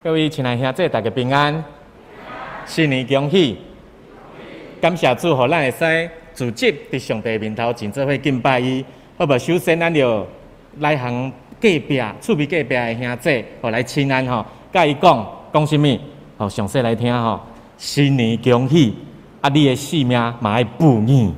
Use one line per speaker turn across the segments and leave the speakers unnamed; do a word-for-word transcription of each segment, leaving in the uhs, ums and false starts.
各位亲爱兄弟，大家平安，新年恭喜！感谢主，互咱会使自己伫上帝面头前做伙敬拜伊。好无？首先，咱就来向隔壁、厝边隔壁的兄弟，互来请安吼，甲伊讲讲什么？吼，详细来听吼。新年恭喜！啊，你的性命嘛爱不义。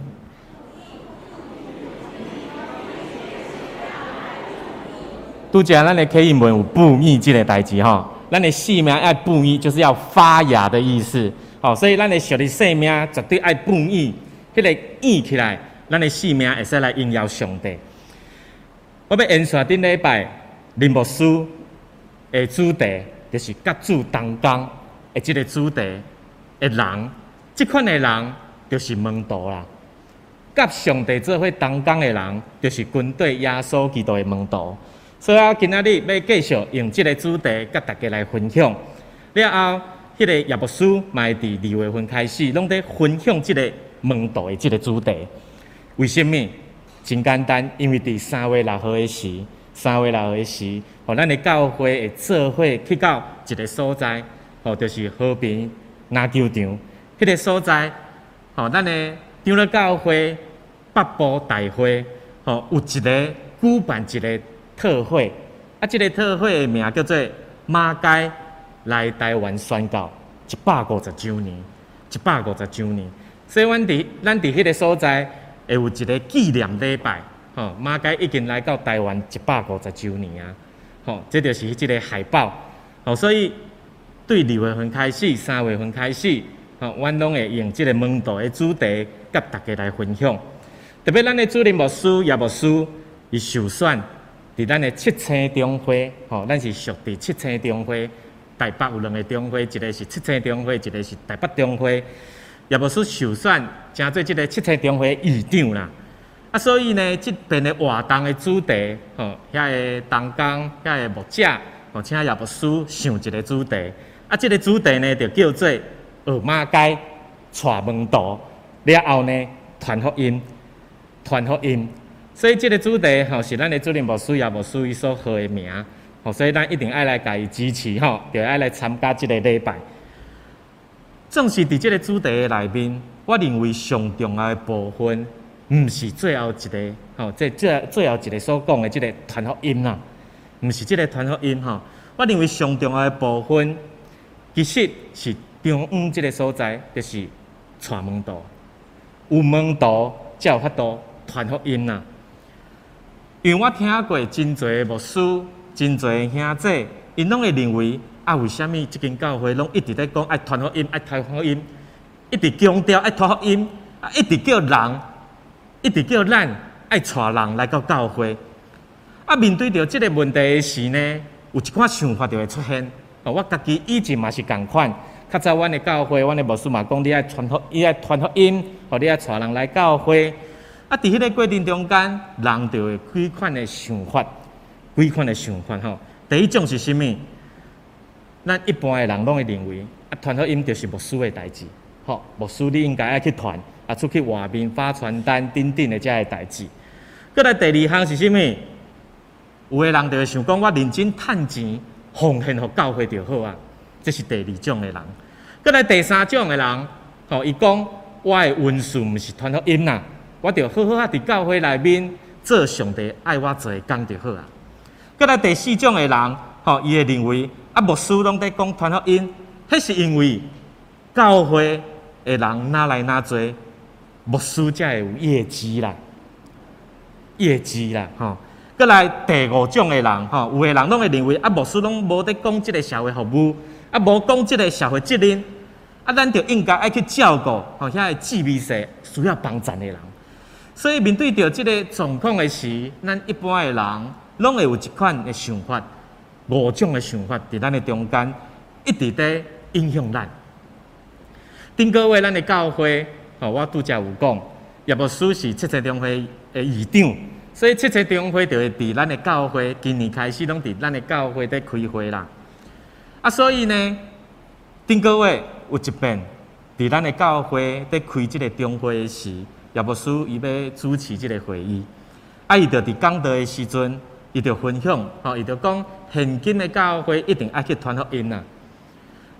拄则咱的启应文有不义这个代志吼。咱的性命爱不义，就是要发芽的意思。好，所以咱的属的生命绝对爱不义，迄、那个义起来，咱的性命会使来荣耀上帝。我要延续顶礼拜林牧师的主题，就是甲主同工的这个主题的人，这款的人就是门徒啦。甲上帝做伙同工的人，就是军队耶稣基督的门徒。所以啊，今仔日要继续用这个主题，甲大家来分享。了后，迄个耶牧师嘛会伫二月份开始，拢在分享这个门徒的这个主题。为什么？真简单，因为伫三月六号的时，三月六号的时，吼，咱的教会会做伙去到一个所在，吼，就是和平篮球场。迄个所在，吼，咱的长老教会北部大会，吼，有一个举办一个特会，啊，这个特会的名叫做马街来台湾宣告一百五十周年，一百五十周年。所以，阮伫咱伫迄个所在会有一个纪念礼拜，吼，马街已经来到台湾一百五十周年啊，吼，这就是这个海报，吼，所以对二月份开始，三月份开始，吼，阮拢会用这个门徒的主题，甲大家来分享。特别咱的主任牧师也牧师，伊受选。伫咱的七星中会，吼，咱是属伫七星中会。台北有两个中会，一个是七星中会，一个是台北中会。也无说受选，成做即个七星中会议长啦。啊，所以呢，即边的活动的主题，吼，遐个同工，遐个牧者，吼，请也无师想一个主题。啊，即、这个主题呢，就叫做学马街带门徒，了后呢，传福音，传福音。所以，这个主题吼是咱的主任牧师也牧师伊所号的名，吼，所以咱一定爱来甲伊支持吼，就爱来参加这个礼拜。正是伫这个主题的内面，我认为上重要的部分，毋是最后一个吼，即最最后一个所讲的这个传福音啦，毋是这个传福音吼。我认为上重要的部分，其实是中央这个所在，就是带门徒，有门徒才有法度传福音啦。因为我听过真侪牧师、真侪兄弟，因拢会认为啊，为什么这间教会拢一直在讲爱传福音、爱传福音，一直强调爱传福音，啊，一直叫人，一直叫咱爱带人来到教会。啊，面对着这个问题时呢，有一款想法就会出现。哦，我家己以前嘛是共款，较早阮的教会，阮的牧师嘛讲，你爱传福，你爱传福音，哦，你爱带人来教会。啊，伫迄个过程中间，人就有几款的想法，几款的想法吼。第一种是啥物？咱一般的人拢会认为，啊，传福音就是牧师的代志，吼，牧师你应该爱去传，啊，出去外面发传单、等等的这个代志。过来第二项是啥物？有的人就会想讲，我认真趁钱，奉献互教会就好啊，这是第二种的人。过来第三种的人，吼，伊讲我的运势毋是传福音啦。我着好好啊！伫教会内面做上帝爱我做的工就好啊。过来第四种的人，吼，伊会认为啊，牧师拢在讲传福音，迄是因为教会的人哪来哪做，牧师才会有业绩啦，业绩啦，吼。过来第五种的人，吼，有的人拢会认为啊，牧师拢无在讲即个社会服务，啊，无讲即个社会责任，啊，咱就应该爱去照顾吼遐个智微细需要帮助的人。所以面对着这个状况的时，咱一般的人拢会有一款的想法，五种的想法伫咱的中间，一直在影响咱。顶个月咱的教会，吼，我拄则有讲，也无属是七星中会的议长，所以七星中会就会伫咱的教会，今年开始拢伫咱的教会在开会啦。啊，所以呢，顶个月有一遍伫咱的教会在开这个中会的时。也牧师伊要主持即个会议，啊，伊就伫讲道的时阵，伊就分享，吼，伊就讲现今的教会一定爱去传福音啦，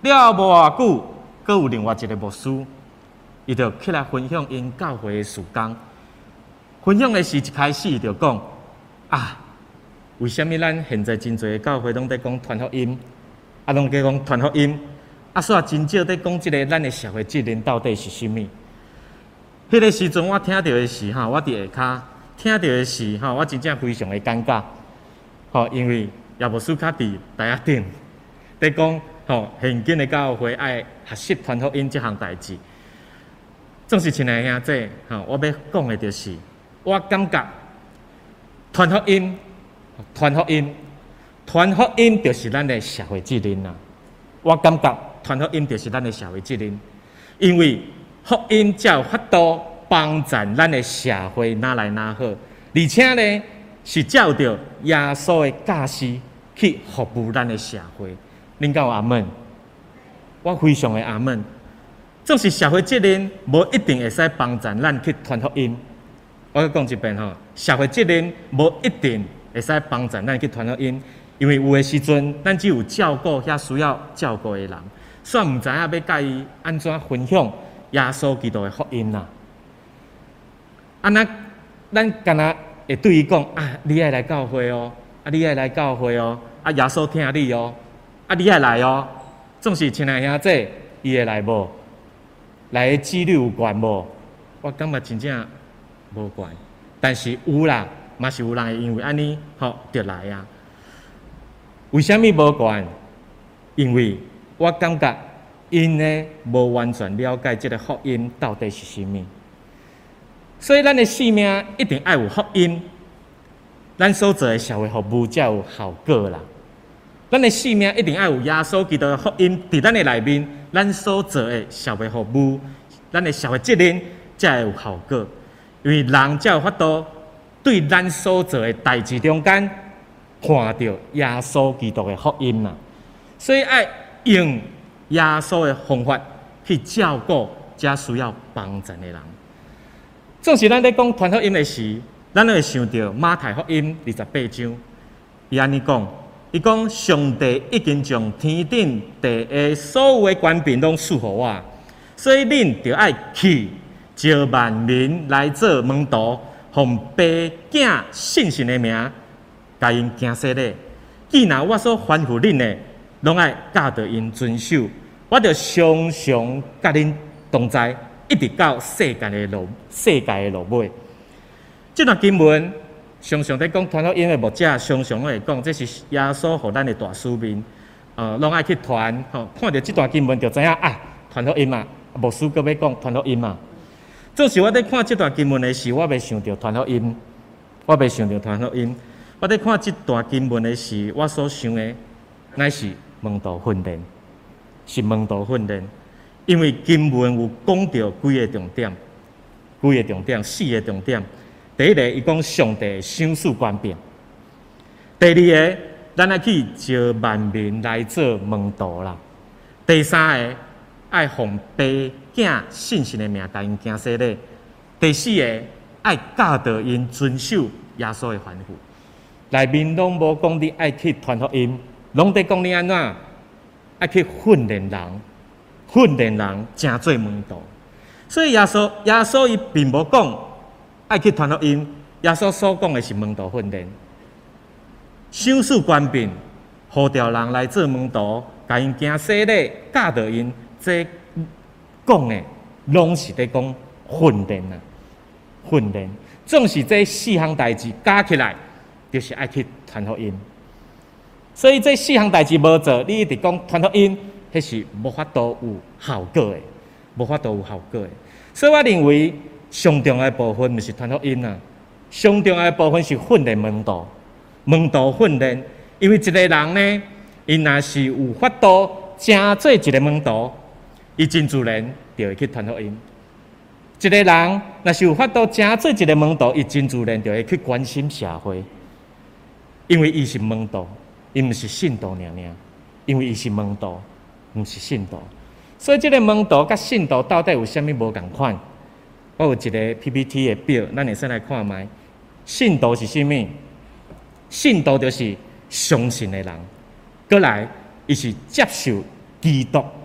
了无偌久，阁有另外一个牧师，伊就起来分享因教会的事工。分享的时一开始伊就讲啊，为什么咱现在真侪的教会拢在讲传福音，啊，拢在讲传福音，啊，煞真少在讲即个咱的社会责任到底是啥物？迄个时阵我听到的是哈，我伫下骹听到的是哈，我真正非常的尴尬，吼，因为也无输卡伫台下顶，在讲吼现今的教会爱学习传福音这项代志。总是亲爱的兄弟，吼，我要讲的就是，我感觉传福音、传福音、传福音就是咱的社会责任啦。我感觉传福音就是咱的社会责任，因为福音才有法度帮助咱的社会哪来哪好，而且呢是照着耶稣的教示去服务咱的社会。恁敢有阿门？我非常的阿门。总是社会责任无一定会使帮助咱去传福音。我再讲一遍吼，社会责任无一定会使帮助咱去传福音，因为有的时阵咱只有照顾遐需要照顾的人，煞毋知影要甲伊安怎分享耶稣基督的福音啦。啊，那咱敢若会对伊讲啊，你爱来教会哦，啊，你爱来教会哦，啊，耶稣听你哦，啊，你爱来哦。总是亲爱兄弟，伊会来无？来的几率有悬无？我感觉真正无悬，但是有啦，嘛是有人会因为安尼吼就来啊。为什么无悬？因为我感觉因呢无完全了解这个福音到底是啥物，所以咱的性命一定要有福音，咱所做的社会服务才有效果啦。咱的性命一定要有耶稣基督的福音伫咱的内面，咱所做的社会服务，咱的社会责任才会有效果。因为人才有法度对咱所做的代志中间看到耶稣基督的福音啦。所以爱用耶稣的方法去照顾这需要帮助的人。总是咱在讲传福音的时，咱会想到马太福音二十八章，伊安尼讲。伊讲，上帝已经将天顶地下所有的权柄拢赐予我，所以恁就爱去，召万民来做门徒，奉爸囝圣神的名，甲因行洗礼。既然我所吩咐恁的，拢爱教导因遵守，我就常常甲恁同在，一直到世界的落世界的落尾。这段经文。常常在讲传福音的牧者，常常会讲，这是耶稣给咱的大使命，呃，拢爱去传。吼，看到这段经文就知影啊，传福音嘛，牧师搁要讲传福音嘛。总是我在看这段经文的时，我未想到传福音，我未想到传福音。我在看这段经文的时，我所想的乃是门徒训练，是门徒训练。因为经文有讲到几个重点，几个重点，四个重点。第一个，伊讲上帝赏赐权柄；第二个，咱爱去召万民来做门徒啦；第三个，爱奉爸囝圣神的名，甲因行洗礼；第四个，爱教导因遵守耶稣的吩咐。内面拢无讲你爱去传福音，拢在讲你安怎爱去训练人，训练人成做门徒。所以耶稣，耶稣伊并无讲。爱去传福音，耶稣所讲的是门徒训练，赏赐权柄，呼召人来做门徒，甲因行洗礼，教导因，这讲的拢是在讲训练啊，训练。总是这四项代志加起来，就是爱去传福音。所以这四项代志无做，你一直讲传福音，迄是无法度有效果的，无法度有效果的。所以我认为。上重要的部分不是传福音啊，上重要的部分是训练门徒，门徒训练。因为一个人呢，伊若是有法度成做一个门徒，伊真自然就会去传福音。一个人若是有法度成做一个门徒，伊真自然就会去关心社会，因为伊是门徒，伊毋是信徒尔尔，因为伊是门徒，毋是信徒。所以，这个门徒甲信徒到底有啥物无共款？我有一个 P P T 的表，咱会先来看卖。信徒是啥物？信徒就是相信的人，过来，伊是接受基督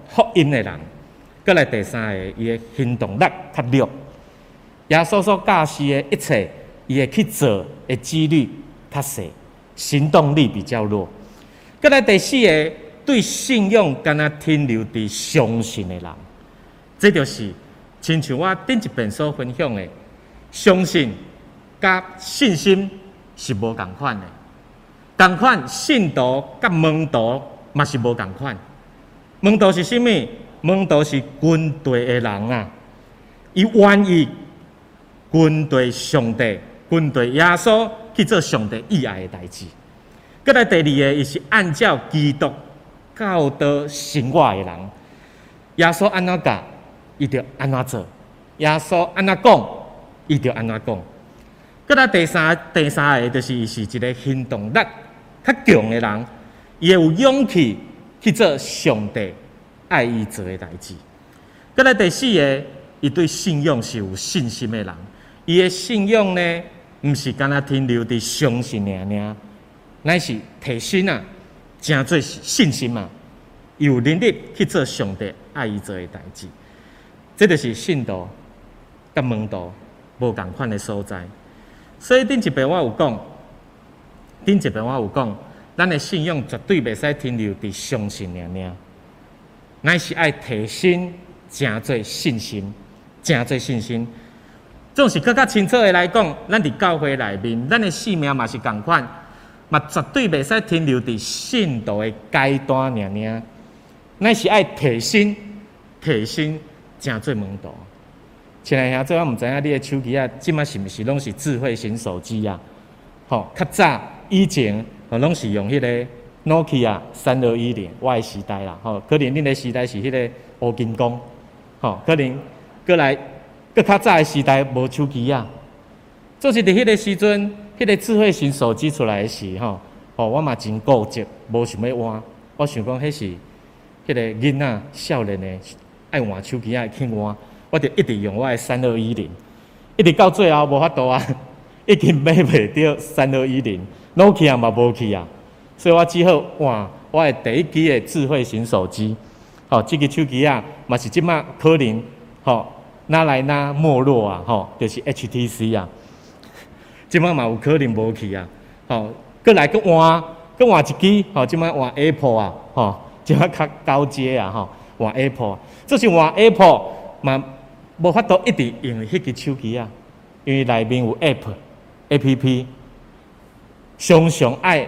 福音的人。再来第三个，伊的行动力较弱。耶稣所教示的一切，伊会去做的几率较细，行动力比较弱。再来第四个，对信仰敢若停留伫相信的人，这就是亲像我顶一遍所分享的，相信甲信心是无共款的。共款信徒甲门徒嘛是无共款。门徒是啥物？门徒是军队的人啊，伊愿意军队上帝、军队耶稣去做上帝意爱的代志。再来第二个，伊是按照基督教导生活的人。耶稣安怎教，伊就安怎做；耶稣安怎讲，伊就安怎讲。再来第三第三个，就是伊是一个行动力较强的人，伊会有勇气去做上帝爱伊做的代志。再来第四个，伊对信仰是有信心的人。伊的信仰呢，毋是干那停留伫相信尔尔，乃是提升啊，真做信心嘛，有能力去做上帝爱伊做的代志。这就是信徒甲门徒无共款的所在。所以顶一遍我有讲，顶一遍我有讲，咱的信仰绝对袂使停留伫相信尔尔，乃是爱提升真做信心，真做信心。总是更较清楚的来讲，咱伫教会内面，咱的性命嘛是共款，嘛绝对袂使停留伫信徒的阶段尔尔，乃是爱提升、提升，真做门徒。亲爱兄弟，我毋知影你的手机啊，即马是毋是拢是智慧型手机啊？吼，较早以前吼拢是用迄个 Nokia 三二一零，我的时代啦，吼，可能恁的时代是迄个乌金光，吼，可能过来。搁较早的时代无手机啊，就是伫迄个时阵，迄个智慧型手机出来的时吼，哦，我嘛真固执，无想要换。我想讲，迄是迄个囡仔少年的爱换手机啊，去换，我就一直用我的三二一零，一直到最后无法度啊，已经买袂到三二一零 ，Nokia 嘛无去啊，所以我只好换我的第一支的智慧型手机。哦，这个手机啊，嘛是即马可能，吼。哪来哪没落啊！吼，就是 H T C 啊，即摆嘛有可能无去啊！吼，过来搁换，搁换一支，吼，即摆换 Apple 啊，吼，即摆较高阶啊，吼，换 Apple， 就是换 Apple 嘛，无法度一直用迄支手机啊，因为内面有 App、A P P， 常常爱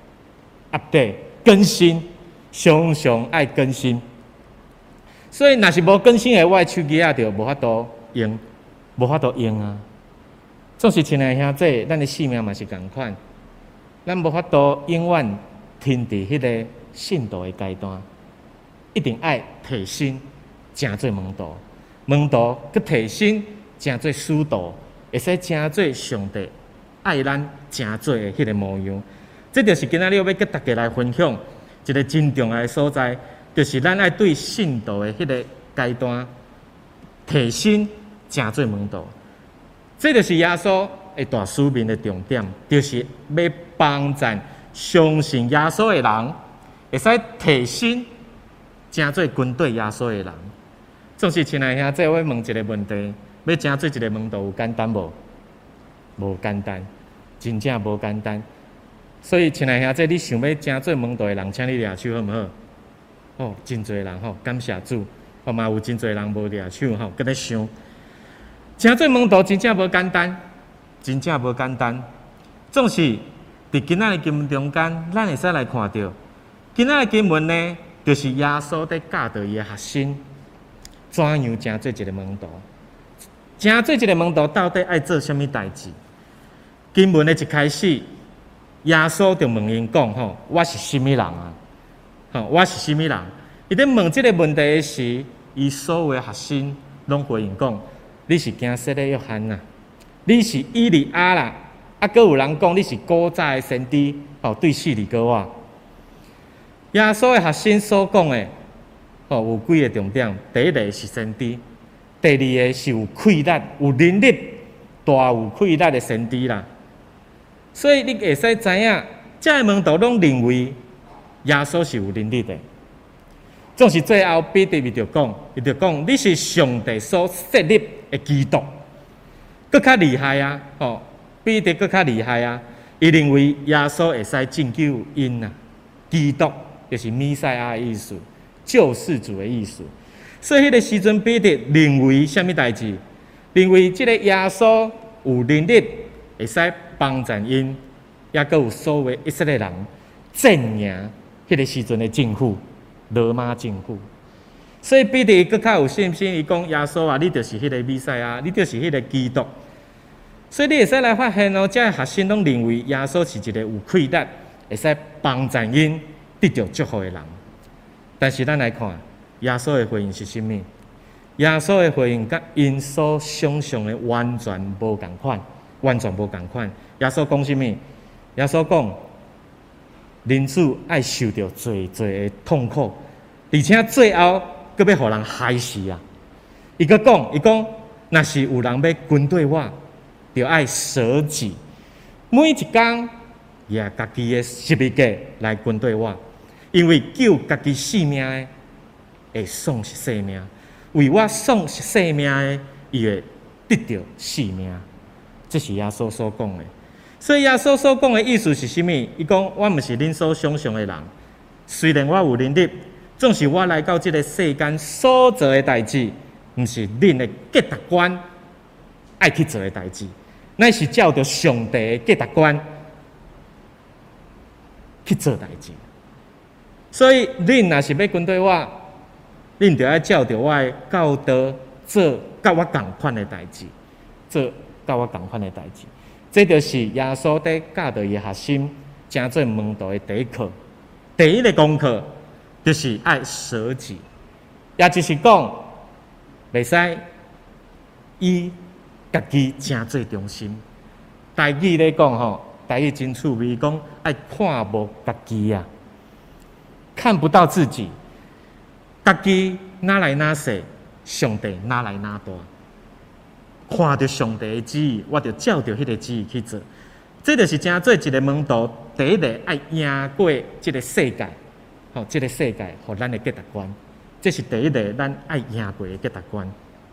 update 更新，常常爱更新。所以，若是无更新的，我的手机啊，就无法度用，无法度用啊。总是亲爱兄弟，咱的性命嘛是共款，咱无法度永远停伫迄个信徒的阶段，一定爱提升，真做门徒，门徒去提升，真做使徒，会使真做上帝爱咱真做的迄个模样。这就是今仔日要跟大家来分享一个真重要的所在。就是咱爱对信徒的迄个阶段提升，真做门徒。这就是耶稣的大使命的重点，就是要帮助相信耶稣的人，会使提升，真做军队耶稣的人。总是亲爱兄弟，我问一个问题：要真做一个门徒有简单无？无简单，真正无简单。所以亲爱兄弟，你想要真做门徒的人，请你举手好唔好？哦，真侪人吼，感谢主，哦嘛有真侪人无抓手吼，搁咧想，真做门徒真正无简单，真正无简单。总是伫今仔日经文中间，咱会使来看到，今仔日经文呢，就是耶稣在教导伊的学生，怎样真做一个门徒，真做一个门徒到底爱做什么代志？经文的一开始，耶稣就问因讲吼，我是什么人啊？吼，我是什么人？伊在问这个问题的时，伊所有的学生拢回应讲：你是惊死的约翰呐，你是伊利亚啦，啊，阁有人讲你是古早的先知，吼，对死里哥我。耶稣的学生所讲的，吼，有几个重点：第一个是先知，第二个是有气力、有能力、大有气力的先知啦。所以你会使知影，这个门徒拢认为。耶稣是有能力的， 总是最后彼得伊就讲，伊就讲你是上帝所设立的基督，更较厉害啊！哦，彼得更较厉害啊！伊认为耶稣会使拯救因啊，基督就是弥赛亚的意思，救世主的意思。所以迄个时阵，彼得认为什么代志？认为即个耶稣有能力会使帮助因，也阁有所谓以色列人镇压迄个时阵的政府。罗马政府，所以彼得更较有信心。伊讲耶稣啊，你就是迄个弥赛亚，你就是迄个基督。所以你会使来发现哦，这学生拢认为耶稣是一个有气力，会使帮助因得到祝福的人。但是咱来看耶稣的回应是甚物？耶稣的回应甲因所想象的完全无共款，完全无共款。耶稣讲甚物？耶稣讲。人子爱受到最最的痛苦，而且最后阁要互人害死啊！伊阁讲，伊讲，若是有人要跟对我，就爱舍己，每一天也家己的十字架来跟对我，因为救家己性命的会丧失性命，为我丧失性命的，伊会得到性命。这是耶稣所讲的。所以耶稣所讲的意思是甚物？伊讲我毋是恁所想象的人，虽然我有能力，总是我来到这个世间所做的代志，毋是恁的价值观爱去做的代志，乃是照着上帝的价值观去做代志。所以恁若是要跟对我，恁就要照着我的教导做甲我同款的代志，做甲我同款的代志。这就是耶稣在教导伊学生，真做门徒的第一课。第一个功课就是爱舍己，也就是讲，袂使以家己真做中心。台语咧讲吼，台语真趣味，讲爱看无家己啊，看不到自己，家己哪来哪细，上帝哪来哪大。看到上帝的旨意，我就照着迄个旨意去做。这就是真做一个门徒，第一个爱赢过这个世界，吼、哦，这个世界互咱的价值观，这是第一个咱爱赢过的价值观。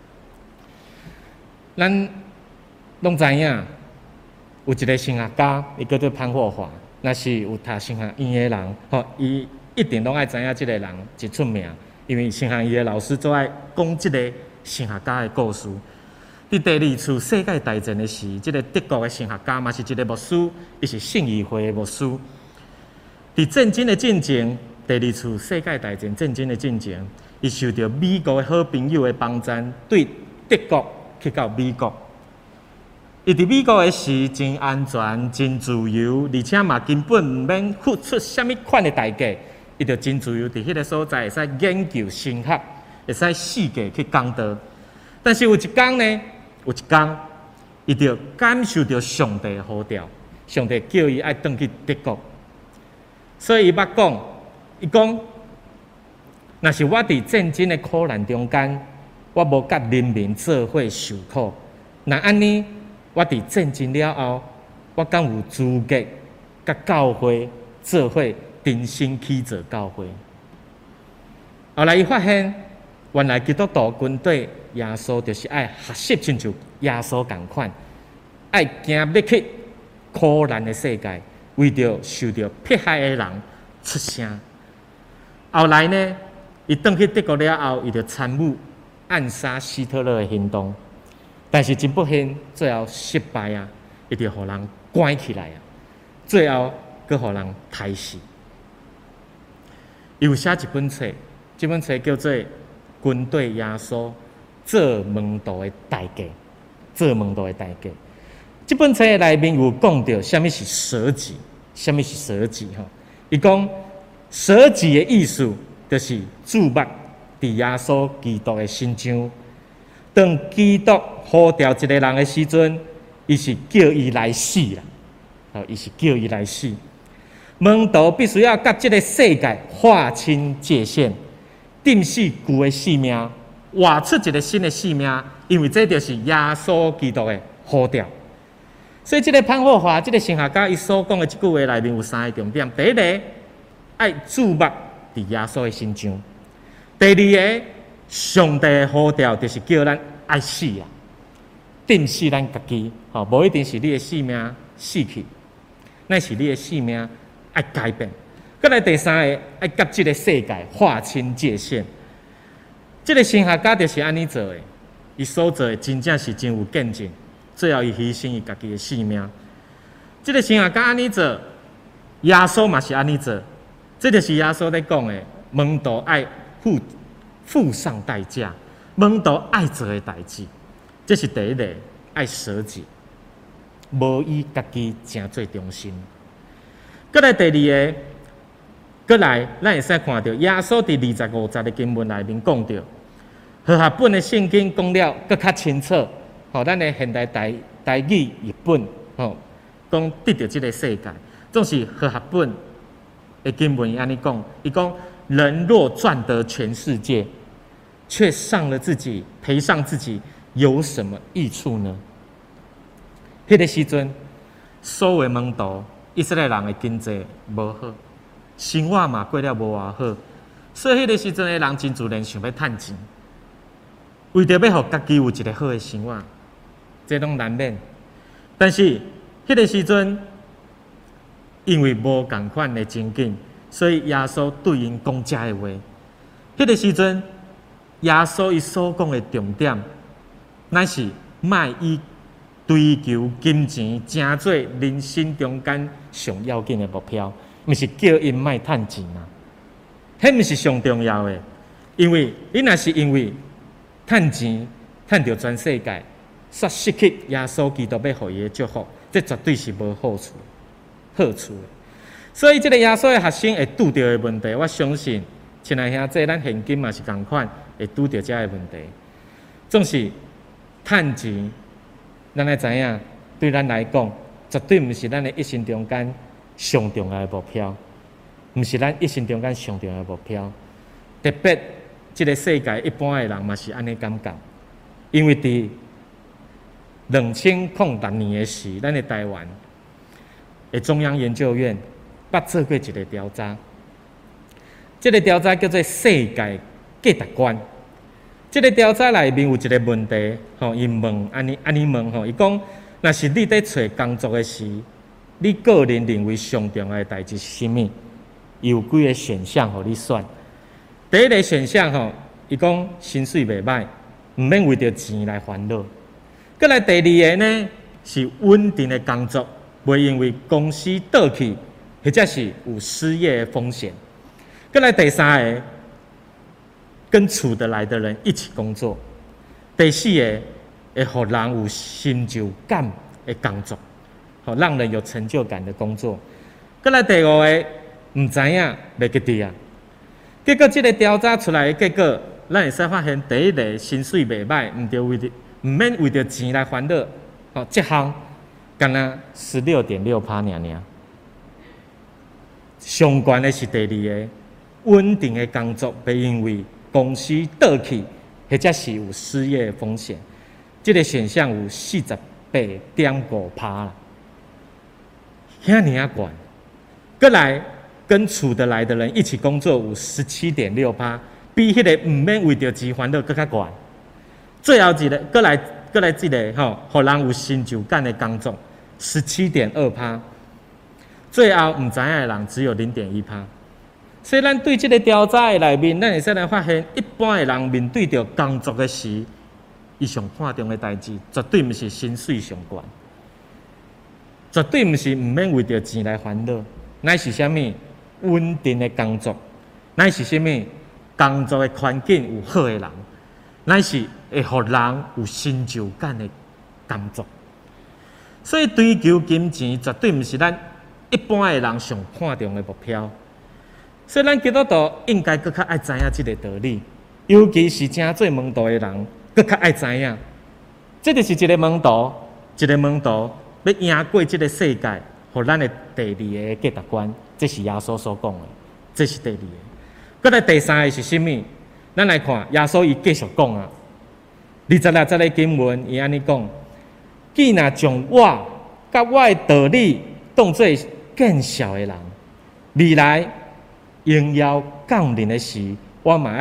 咱拢知影，有一个神学家，伊叫做潘霍华，若是有读神学院的人，吼、哦，伊一定拢爱知影这个人一出名，因为神学院的老师最爱讲这个神学家的故事。伫第二次世界大战的时，这个德国的神学家嘛是一个牧师，伊是信义会的牧师。伫战争的进前，第二次世界大战战争的进前，伊受到美国的好朋友的帮衬，对德国去到美国。伊伫美国的时真安全、真自由，而且嘛根本毋免付出什么款的代价，伊就真自由伫迄个所在会使研究神学，会使世界去讲道。但是有一天呢？有一天，伊就感受到上帝的呼召，上帝叫伊爱转去德国，所以伊捌讲，伊讲，若是我伫战争的苦难中间，我无甲人民做伙受苦，那安尼，我伫战争了后，我敢有资格甲教会做伙重新起造教会？后来伊发现，原来基督徒军队。耶稣就是爱学习，亲像耶稣同款，爱行入去苦难的世界，为着受到迫害的人出声。后来呢，伊转去德国了后，伊就参与暗杀希特勒的行动，但是真不幸，最后失败啊，伊就互人关起来啊，最后阁互人杀死。伊有写一本册，这本册叫做《军队耶稣》。做门徒的代价，做门徒的代价。这本册内面有讲到什么是舍己，什么是舍己吼？伊讲舍己的意思，就是注目伫耶稣基督的心上。当基督呼召一个人的时阵，伊是叫伊来死啦，哦，伊是叫伊来死。门徒必须要甲这个世界划清界限，定死旧的性命。活出一个新的性命，因为这就是耶稣基督的呼召。所以，这个潘霍华，这个神学家，伊所讲的这句话内面有三个重点：第一个，爱注目伫耶稣的心上； 第二个，上帝的呼召就是叫咱爱死啊，定死咱家己，吼，无一定是你的性命死去，乃是你的性命爱改变。再来第三个，爱甲这个世界划清界限。这个神学家就是安尼做的，伊所做的真正是真有见证，最后伊牺牲伊家己的性命。这个神学家安尼做，耶稣嘛是安尼做，这就是耶稣在讲的，门徒爱付付上代价，门徒爱做的代志，这是第一个，爱舍己，无以家己成最中心。再来第二个。过来，咱会使看到耶稣伫二十五节的经文内面讲到，和合本的圣经讲了更较清楚。吼，咱的现代台台语译本，吼，讲得到这个世界，总是和合本的经文安尼讲，伊讲人若赚得全世界，却伤了自己，赔上自己，有什么益处呢？迄个时阵，所有门徒以色列人的经济无好。生活嘛过了无偌好，所以迄个时阵的人真自然想要趁钱，为着要互家己有一个好的生活，这拢难免。但是迄个时阵，因为无共款的情景，所以耶稣对因讲这的话。迄个时阵，耶稣伊所讲的重点，乃是卖以追求金钱，成做人生中间上要紧的目标。毋是叫因莫趁钱啊，迄毋是上重要的。因为你若是因为趁钱趁着全世界，煞失去耶稣基督要互伊的祝福，这绝对是无好处、好处的。所以，这个耶稣的学生会拄到的问题，我相信，亲爱兄弟，咱现今嘛是同款，会拄到这个问题。总是趁钱，咱来知影，对咱来讲，绝对毋是咱的一生中间上重要的目标，毋是咱一生中间上重要的目标。特别，这个世界一般的人嘛是安尼感觉，因为伫两千零六年的时，咱的台湾的中央研究院捌做过一个调查，这个调查叫做世界价值观。这个调查内面有一个问题，吼，伊问安尼安尼问吼，伊讲，若是你伫找工作的时，你个人认为上重要的代志是啥物？有几个选项互你选。第一个选项吼，伊讲薪水袂歹，毋免为着钱来烦恼。再来第二个呢，是稳定的工作，袂因为公司倒去，或者是有失业的风险。再来第三个，跟处得来的人一起工作。第四个，会互人有成就感的工作。好，让人有成就感的工作。再来第五个，唔知影袂记得啊。结果这个调查出来的结果，咱会使发现，第一个薪水袂歹，唔着为着唔免为着钱来烦恼。好，这项干那十六点六趴尔尔。上悬的是第二个，稳定的工作，袂因为公司倒去，或者是有失业的风险。这个选项有四十八点五趴啦。遐尔啊悬，过来跟处得来的人一起工作有十七点六趴，比迄个唔免为着钱烦恼更较悬。最后一个，过来过来一个吼，互人有成就感的工作，十七点二趴。最后唔知影的人只有零点一趴。所以咱对这个调查的内面，咱会使来发现，一般的人面对着工作的时，伊上看重的代志，绝对毋是薪水上悬。绝对毋是毋免为着钱来烦恼，乃是啥物稳定的工作，乃是啥物工作的环境有好的人，乃是会互人有成就感的工作。所以追求金钱绝对毋是咱一般的人上看重的目标。所以咱基督徒应该更较爱知影这个道理，尤其是正做门徒的人，更较爱知影。这就是一个门徒，一个门徒。要赢过这个世界，互咱的第二个价值观，这是耶稣所讲的，这是第二个。再来第三个是啥物？咱来看耶稣伊继续讲啊，二十六节的经文伊安尼讲：既若将我甲我的道理当作更小的人，未来荣耀降临的时，我嘛爱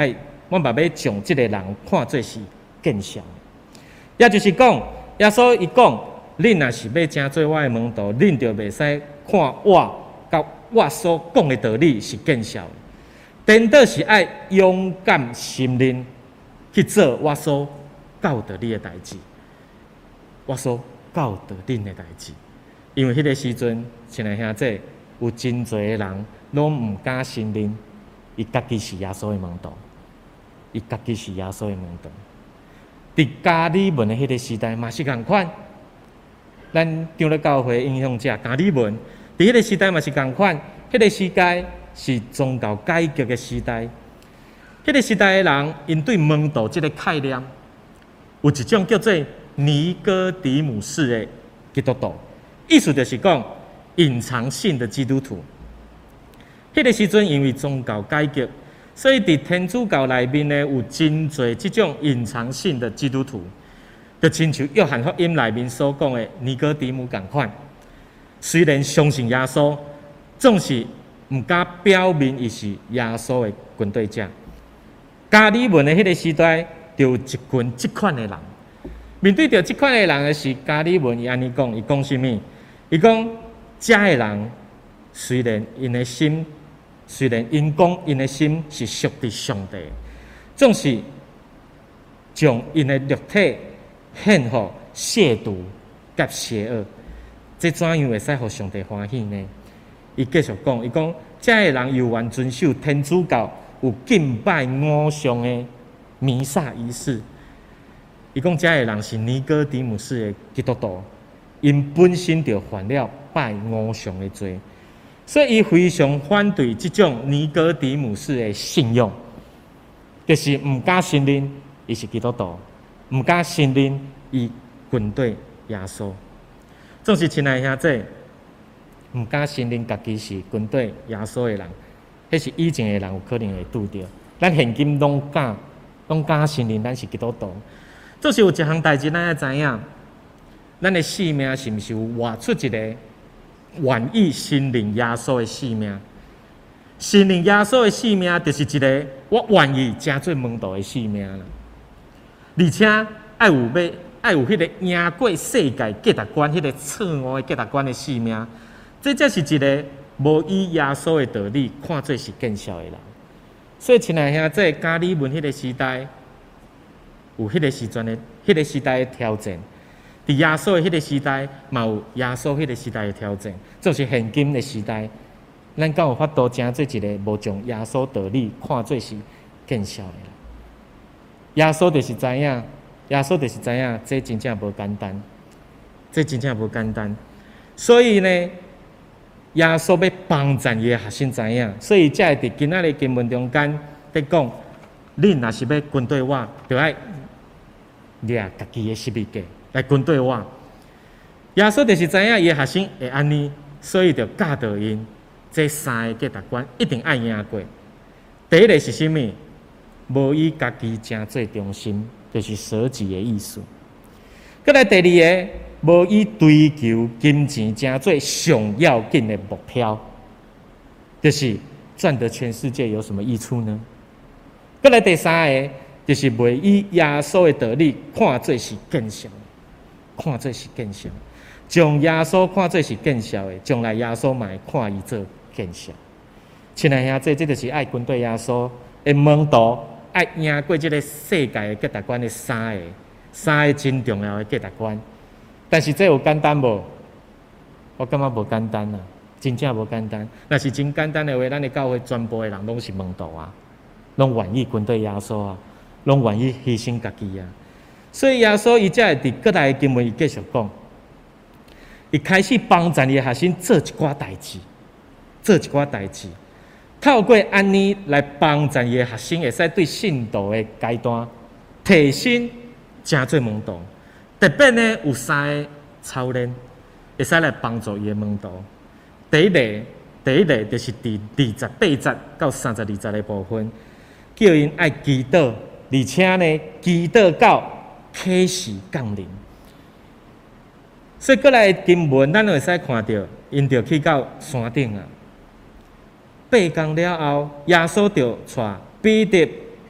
我嘛要将即个人看作是见笑。也就是讲，耶稣伊讲，恁若是要正做我的门徒，恁就袂使看我甲我所讲的道理是见笑。颠倒是爱勇敢信任去做我所教导你的代志，我所教导恁的代志。因为迄个时阵，亲爱兄弟，有真侪的人拢毋敢信任，伊家己是耶稣的门徒，伊家己是耶稣的门徒。伫加里文的迄个时代嘛是共款，咱长乐教会影响者加里文，伫迄个时代嘛是共款，迄个时代是宗教改革的时代。迄个时代的人，因对门徒这个概念，有一种叫做尼哥底母式的基督徒，意思就是讲隐藏性的基督徒。迄个时阵，因为宗教改革，所以伫天主教内面呢，有真侪这种隐藏性的基督徒，就亲像约翰福音内面所讲的尼哥底母同款。虽然相信耶稣，总是毋敢表明伊是耶稣的军队者。加里文的迄个时代，就有一群即款的人。面对着即款的人的是加里文，伊安尼讲，伊讲什么？伊讲遮的人，虽然因的心，虽然因讲因的心是属于上帝，总是将因的肉体献互亵渎甲邪恶，这怎样会使互上帝欢喜呢？伊继续讲，伊讲遮的人有愿遵守天主教。有敬拜偶像的弥撒仪式，伊讲遮个人是尼哥底母式的基督徒，因本身就犯了拜偶像的罪，所以伊非常反对这种尼哥底母式的信仰，就是毋敢承认伊是基督徒，毋敢承认伊军队耶稣。总是亲爱兄弟，毋敢承认家己是军队耶稣的人。迄是以前的人有可能会拄着，咱现今拢敢，拢敢承认咱是基督徒。就是有一项代志，咱要知影，咱的性命是毋是有活出一个愿意信任耶稣的性命？信任耶稣的性命，就是一个我愿意成做门徒的性命啦。而且爱有要爱有迄个赢过世界价值观、迄个错误的价值观的性命，这才是一个。无以耶稣的道理看做是见笑的人，所以亲爱兄弟，加里文迄个时代有迄个时阵的、迄个时代的挑战；伫耶稣的迄个时代，嘛有耶稣迄个时代的挑战。就是现今的时代，咱敢有法度成做一个无将耶稣道理看做是见笑的人？耶稣就是知影，耶稣就是知影，这真正无简单，这真正无简单。所以呢。耶稣要帮助伊的学生知影，所以才会伫今仔日经文中间在讲，恁若是要跟对我，就爱掠家己的十字架来跟对我。耶稣就是知影伊的学生会安尼，所以就教导因这三个价值观一定爱赢过。第一个是啥物？无以家己成做中心，就是舍己的意思。再来第二个。无以追求金钱成做上要紧的目标，就是赚得全世界有什么益处呢？再来第三个，就是袂以耶稣的道理看做是见笑，看做是见笑，将耶稣看做是见笑的，将来耶稣嘛会看伊做见笑。亲爱兄弟，这就是爱军队耶稣的门徒，爱赢过这个世界的价值观的三个，三个真重要的价值观。但是这有简单无？我感觉无简单啊，真正无简单。若是真简单的话，咱的教会全部的人拢是门徒啊，拢愿意跟对耶稣啊，拢愿意牺牲家己啊。所以耶稣伊才会伫各大经文伊继续讲，伊开始帮助伊的学生做一寡代志，做一寡代志，透过安尼来帮助伊的学生，会使对信徒的阶段提升，成做门徒。特别呢，有三个操练，会使来帮助伊的门徒。第一个，第一个就是第二十八节到三十二节的部分，叫因爱祈祷，而且呢，祈祷到启示降临。所以过来经文，咱就会使看到，因就去到山顶啊。八天了后，耶稣就带彼得、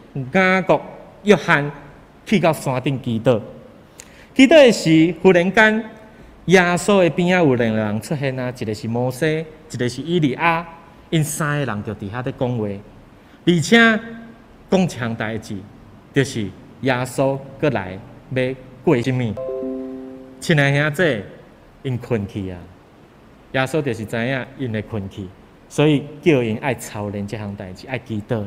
雅各、约翰去到山顶祈祷。祈祷的时，忽然间，耶稣的边仔有两个人出现啊，一个是摩西，一个是以利亚，因三个人就伫遐咧讲话，而且讲一项代志，就是耶稣过来要过什么？亲爱兄弟，因困去啊！耶稣就是知影因会困去，所以叫因爱操练这项代志，爱祈祷。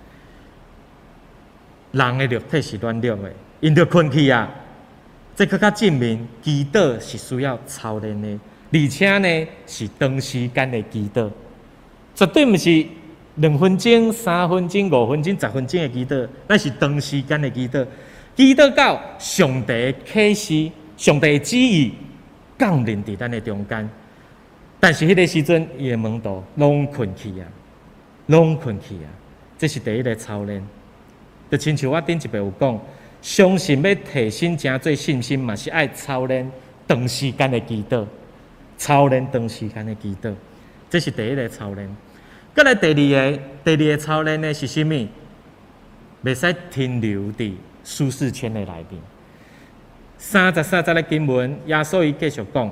人的肉体是软弱的，因着困去啊！这更加证明祈祷是需要操练的，而且呢是长时间的祈祷，绝对不是两分钟、三分钟、五分钟、十分钟的祈祷，那是长时间的祈祷。祈祷到上帝的启示、上帝的旨意降临伫咱的中间，但是迄个时阵，伊的门徒拢困去啊，拢困去啊，这是第一个操练。就亲像我顶一摆有讲。相信要提升真侪信心，嘛是爱操练长时间的祈祷，操练长时间的祈祷，这是第一个操练。再来第二个，第二个操练呢是什么？袂使停留伫舒适圈的内面。三十三节的经文，耶稣伊继续讲，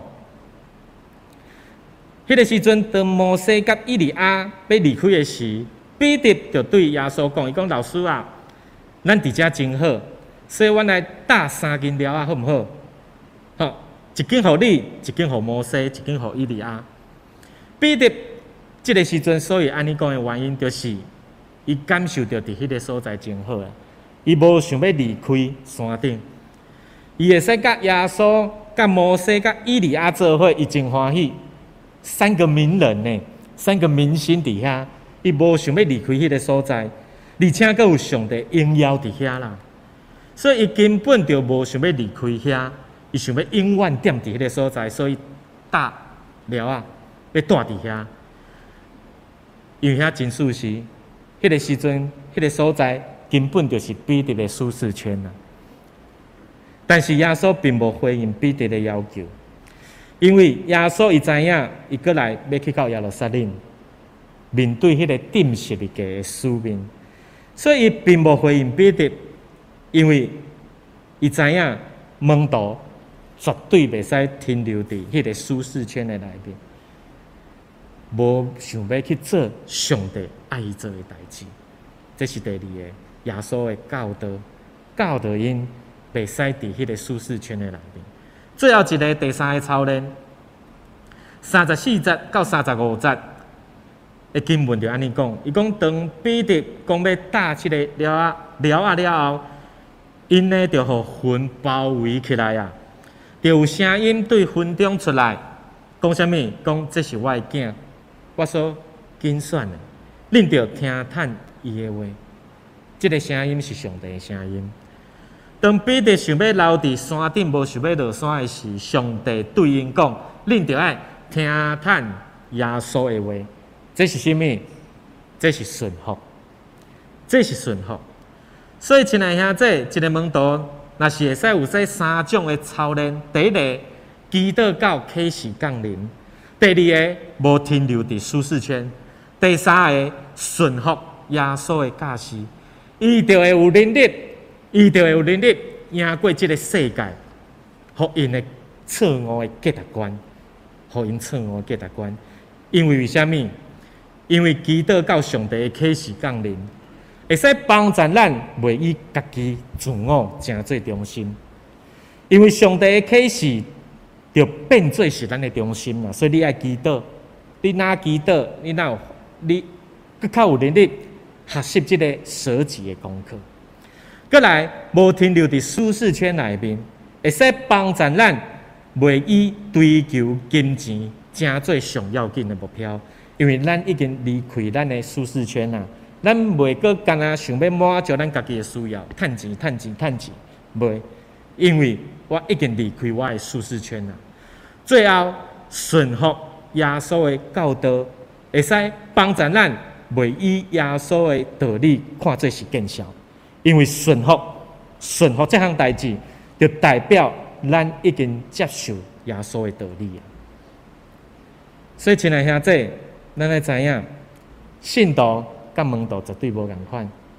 迄个时阵，当摩西甲以利亚要离开的时，彼得就对耶稣讲：伊讲老师啊，咱伫遮真好。所以，阮来搭三间寮啊，好唔好？好，一间互你，一间互摩西，一间互以利亚。彼得这个时阵，所以安尼讲的原因，就是伊感受到伫迄个所在真好啊，伊无想要离开山顶，伊会使甲耶稣、甲摩西、甲以利亚做伙，伊真欢喜。三个名人呢，三个明星伫遐，伊无想要离开迄个所在，而且佫有上帝应邀伫遐啦。所以，伊根本就无想要离开遐，伊想要永远踮伫迄个所在，所以搭了啊，要住伫遐。因为遐真舒适，迄个时阵，迄个所在根本就是彼得的舒适圈啊。但是耶稣并无回应彼得的要求，因为耶稣伊知影，伊过来要去到耶路撒冷，面对迄个定十字架的使命，所以伊并无回应彼得。因为伊知影门徒绝对袂使停留伫迄个舒适圈的内面，无想要去做上帝爱伊做的代志。这是第二个耶稣的教导，教导因袂使伫迄个舒适圈的内面。最后一个第三个操练，三十四节到三十五节的经文就安尼讲，伊讲当彼得讲要搭即个了啊了啊了后。因呢，就互云包围起来啊！就有声音对云中出来，讲什么？讲这是我的囝，我所拣选的，恁着听探伊的话。这个声音是上帝的声音。当彼得想要留伫山顶，无想要落山的时，上帝对因讲：恁着爱听探耶稣的话。这是什么？这是顺服，这是顺服。所以，亲爱兄弟，一个门徒若是会使有这三种的操练：第一个，祈祷到启示降临；第二个，无停留伫舒适圈；第三个，顺服耶稣的教示，伊就会有能力，伊就会有能力赢过这个世界，互因的错误的价值观，互因错误的价值观。因为为什么？因为祈祷到上帝的启示降临。会使帮助咱袂以家己自我成做中心，因为上帝的启示就变做是咱的中心啦。所以你爱祈祷，你哪祈祷，你哪有你更较有能力学习这个舍己的功课。再来，无停留伫舒适圈内面，会使帮助咱袂以追求金钱成做上要紧的目标，因为咱已经离开咱的舒适圈啦。咱袂阁干那想要满足咱家己的需要，趁钱、趁钱、趁钱，袂，因为我已经离开我的舒适圈啦。最后，顺服耶稣的教导，会使帮助咱袂以耶稣的道理看作是见效，因为顺服、顺服这项代志，就代表咱已经接受耶稣的道理啊。所以，亲爱兄弟，咱来知影，信徒甲门徒绝对无共款。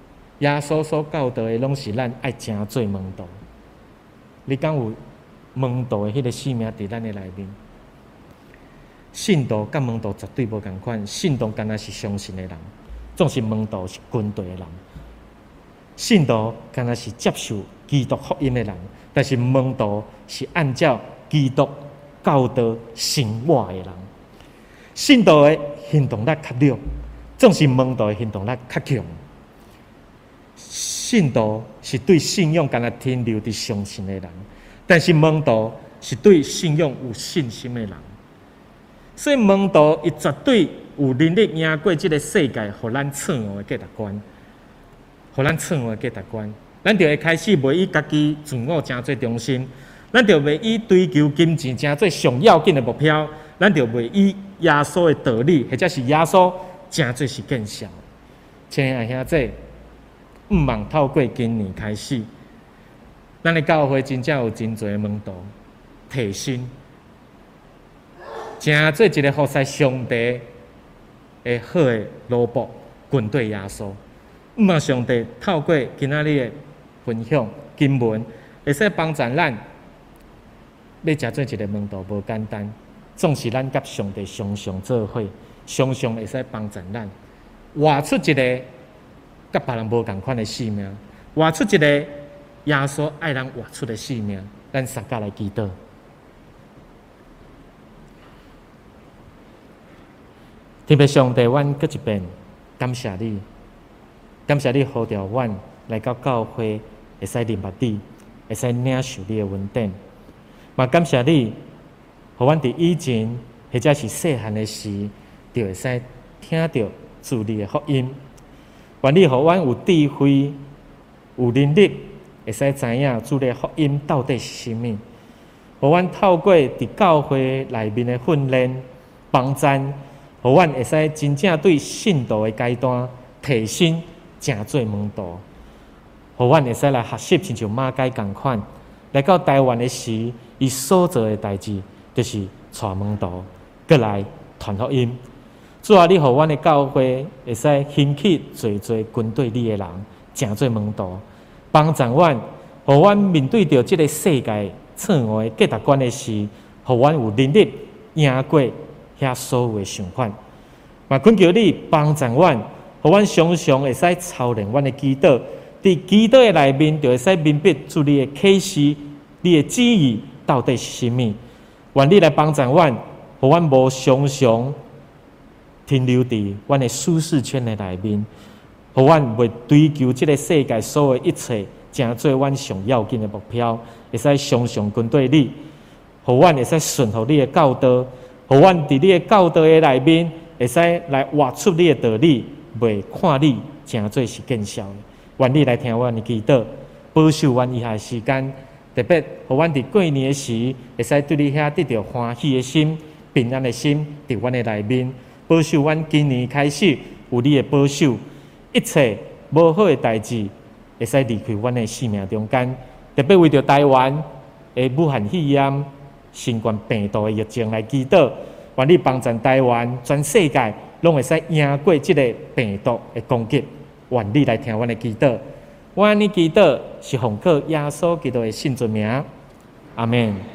耶稣所教导的，拢是咱爱真做门徒。你敢有门徒的迄个性命伫咱的内面？信徒甲门徒绝对无共款，信徒敢若是相信的人，总是门徒是军队的人。信徒敢若是接受基督福音的人，但是门徒是按照基督教导生活的人。信徒的行动力较弱，总是门徒的行动力较强。信徒是对信仰敢若停留伫相信的人，但是门徒是对信仰有信心的人。所以门徒伊绝对有能力赢过这个世界，互咱闯祸的价值观，互咱闯祸的价值观。咱就会开始袂以家己自我真做中心，咱就袂以追求金钱真做上要紧的目标，咱就袂以耶稣的道理或者是耶稣真做是见效。亲爱兄弟，毋茫透过今年开始，咱的教会真正有真侪门徒提升。真做一个服侍上帝的好的奴仆，军队耶稣。毋茫上帝透过今仔日的分享经文，会使帮助咱要真做一个门徒无简单。总是咱甲上帝常常做伙，常常会使帮助咱活出一个甲别人无共款的性命，活出一个耶稣爱人活出的性命。咱三甲来祈祷。天父上帝，阮搁一遍感谢你，感谢你呼召阮来到教会，会使认捌你，会使领受你的恩典。嘛感谢你，互阮伫以前或者是细汉的时，就会使听到主你的福音。愿你互阮有智慧、有能力，会使知影主你的福音到底是甚物。互阮透过伫教会内面的训练、帮赞。互阮会使真正对信徒的阶段提升，真做门徒。互阮会使来学习，亲像马街共款，来到台湾的时，伊所做的代志，就是带门徒，过来传福音。主啊，你互阮的教会会使兴起侪侪军队你的人，真做门徒，帮助阮，互阮面对着这个世界闯祸的价值观的时，互阮有能力赢过。遐所有的想法，嘛恳求你帮助阮，互阮常常会使操练阮的祈祷，伫祈祷的内面，就会使明白主你的启示、你的旨意到底是甚物。愿你来帮助阮，互阮无常常停留伫阮的舒适圈的内面，互阮袂追求这个世界所有一切，成做阮上要紧的目标，会使常常跟对你，互阮会使顺服你的教导。互阮伫你的教导的内面，会使来活出你的道理，袂看你真做是见效的。愿你来听阮的祈祷，保守阮以下的时间，特别互阮伫过年的时，会使对你遐得到欢喜的心、平安的心，伫阮的内面，保守阮今年开始有你的保守，一切无好的代志会使离开阮的生命中间。特别为着台湾的武汉肺炎。新冠病毒的疫情来祈祷，愿你帮助台湾、全世界拢会使赢过这个病毒的攻击。愿你来听阮的祈祷，我安尼祈祷是奉靠耶稣基督的圣尊名，阿门。